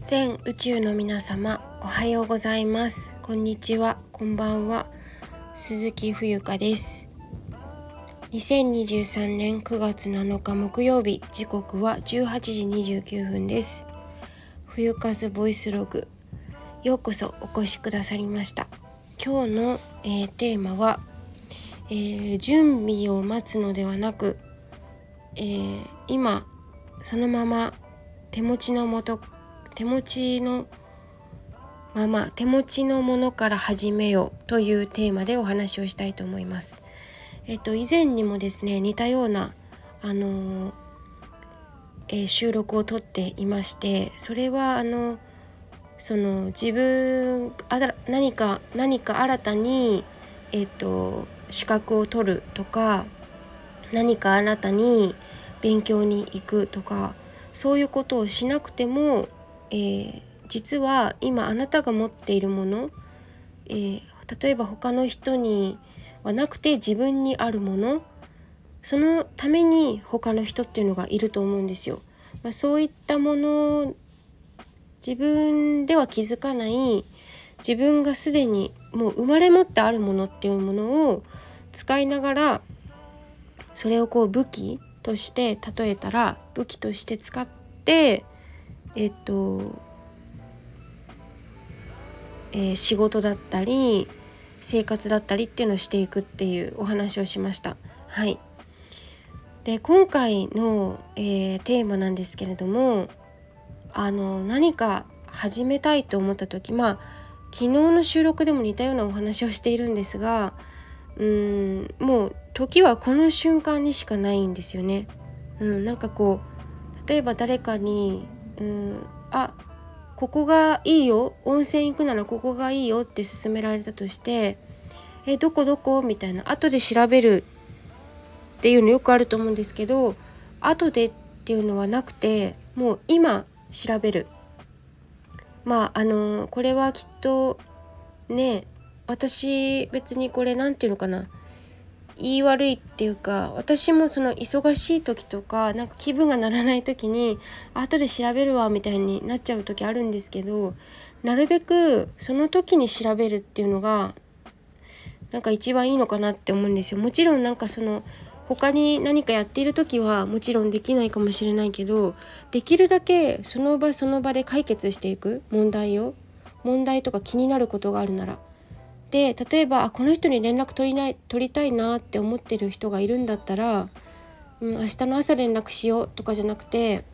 全宇宙の皆様、おはようございます。こんにちは、こんばんは。鈴木冬香です。2023年9月7日木曜日、時刻は18時29分です。冬風ボイスログ、ようこそお越しくださりました。今日の、テーマは、準備を待つのではなく、今そのまま手持ちのものから始めようというテーマでお話をしたいと思います。以前にもですね、似たような収録を撮っていまして、それはその自分何か新たに資格を取るとか、何か新たに勉強に行くとか、そういうことをしなくても、実は今あなたが持っているもの、例えば他の人にはなくて自分にあるもの、そのために他の人っていうのがいると思うんですよ。そういったもの、自分では気づかない自分がすでにもう生まれ持ってあるものっていうものを使いながら、それを武器として例えたら、武器として使って仕事だったり生活だったりっていうのをしていくっていうお話をしました。はい。で、今回の、テーマなんですけれども、何か始めたいと思った時、昨日の収録でも似たようなお話をしているんですが、もう時はこの瞬間にしかないんですよね。例えば誰かにここがいいよ、温泉行くならここがいいよって勧められたとして、どこみたいな、後で調べるっていうのよくあると思うんですけど、後でっていうのはなくて、もう今調べる。これはきっとね、私別にこれなんていうのかな、言い悪いっていうか、私もその忙しい時とか、なんか気分が乗らない時に後で調べるわみたいになっちゃう時あるんですけど、なるべくその時に調べるっていうのがなんか一番いいのかなって思うんですよ。もちろん他に何かやっている時はもちろんできないかもしれないけど、できるだけその場その場で解決していく、問題とか気になることがあるなら。で、例えばこの人に連絡取りたいなって思ってる人がいるんだったら、明日の朝連絡しようとかじゃなくて、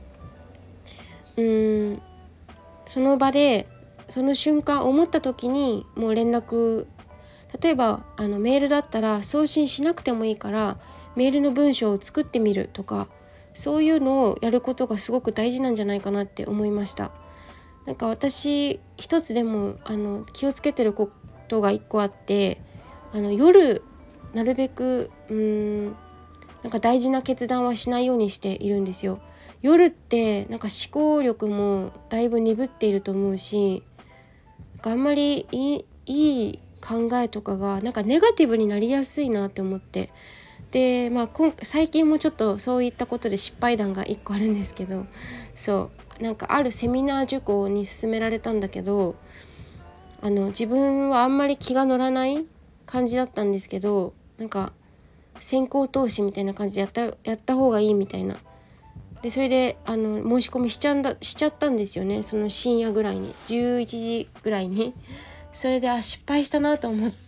その場でその瞬間思った時にもう連絡、例えばメールだったら送信しなくてもいいからメールの文章を作ってみるとか、そういうのをやることがすごく大事なんじゃないかなって思いました。なんか私一つでも気をつけてることが一個あって、夜なるべくなんか大事な決断はしないようにしているんですよ。夜ってなんか思考力もだいぶ鈍っていると思うし、あんまりいい考えとかがなんかネガティブになりやすいなって思って、で、最近もちょっとそういったことで失敗談が1個あるんですけど、なんかあるセミナー受講に勧められたんだけど、自分はあんまり気が乗らない感じだったんですけど、なんか先行投資みたいな感じでやった方がいいみたいな。で、それで申し込みしちゃったんですよね。その深夜ぐらいに、11時ぐらいに。それで失敗したなと思って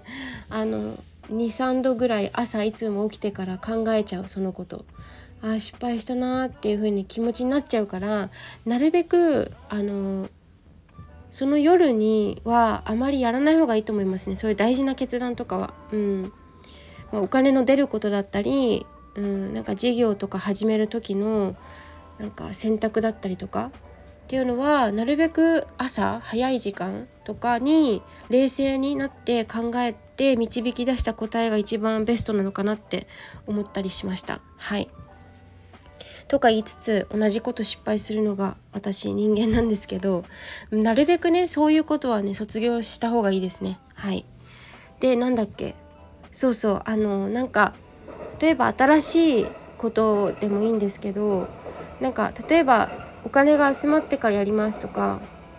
、2、3度ぐらい朝いつも起きてから考えちゃう、そのこと。失敗したなっていう風に気持ちになっちゃうから、なるべくその夜にはあまりやらない方がいいと思いますね。そういう大事な決断とかは。お金の出ることだったり、なんか事業とか始める時のなんか選択だったりとかっていうのは、なるべく朝早い時間とかに冷静になって考えて導き出した答えが一番ベストなのかなって思ったりしました。はい。とか言いつつ、同じこと失敗するのが私人間なんですけど、なるべくね、そういうことはね、卒業した方がいいですね。はい。で、なんだっけ、なんか例えば新しいことでもいいんですけど、なんか例えばお金が集まってからやりますとか、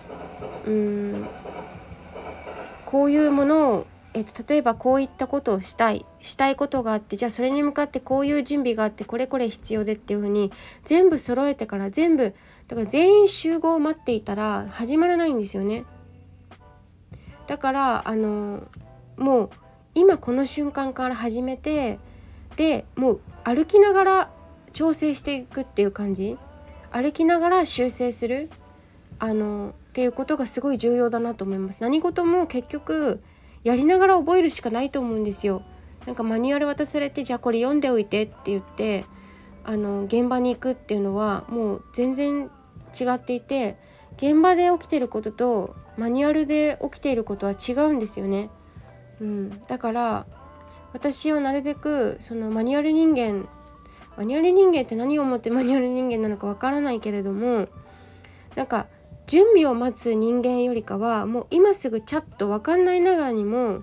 こういうものを、例えばこういったことをしたいことがあって、じゃあそれに向かってこういう準備があって、これ必要でっていう風に全部揃えてから、だから全員集合を待っていたら始まらないんですよね。だからもう今この瞬間から始めて、でもう歩きながら調整していくっていう感じ、歩きながら修正するっていうことがすごい重要だなと思います。何事も結局やりながら覚えるしかないと思うんですよ。なんかマニュアル渡されて、じゃあこれ読んでおいてって言って現場に行くっていうのはもう全然違っていて、現場で起きていることとマニュアルで起きていることは違うんですよね。だから私はなるべくそのマニュアル人間って何をもってマニュアル人間なのかわからないけれども、なんか準備を待つ人間よりかは、もう今すぐチャッと分かんないながらにも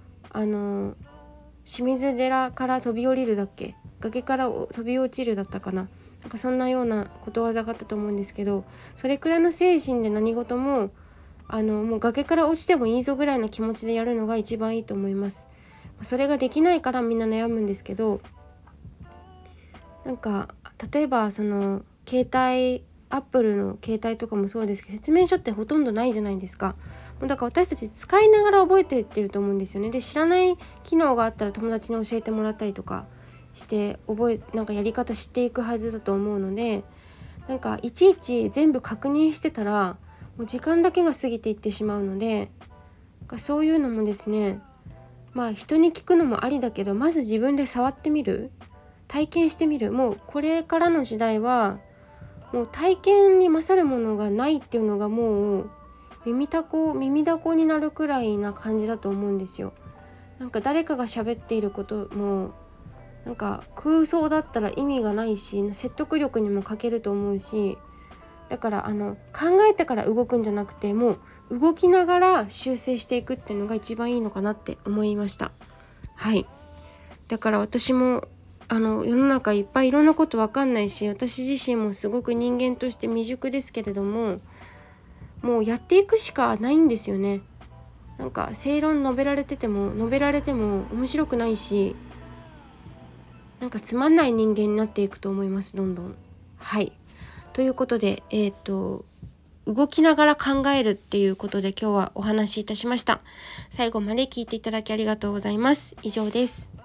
清水寺から飛び降りるだっけ、崖から飛び落ちるだったかな、なんかそんなようなことわざがあったと思うんですけど、それくらいの精神で何事ももう崖から落ちてもいいぞぐらいの気持ちでやるのが一番いいと思います。それができないからみんな悩むんですけど、なんか例えばその携帯、アップルの携帯とかもそうですけど、説明書ってほとんどないじゃないですか。もうだから私たち使いながら覚えてってると思うんですよね。で、知らない機能があったら友達に教えてもらったりとかしてなんかやり方知っていくはずだと思うので、なんかいちいち全部確認してたらもう時間だけが過ぎていってしまうので、そういうのもですね、人に聞くのもありだけど、まず自分で触ってみる、体験してみる。もうこれからの時代はもう体験に勝るものがないっていうのがもう耳たこになるくらいな感じだと思うんですよ。なんか誰かが喋っていることもなんか空想だったら意味がないし、説得力にも欠けると思うし、だから考えてから動くんじゃなくて、もう動きながら修正していくっていうのが一番いいのかなって思いました。はい。だから私も世の中いっぱいいろんなことわかんないし、私自身もすごく人間として未熟ですけれども、もうやっていくしかないんですよね。なんか正論述べられても面白くないし、なんかつまんない人間になっていくと思います、どんどん。はい。ということで、動きながら考えるっていうことで今日はお話しいたしました。最後まで聞いていただきありがとうございます。以上です。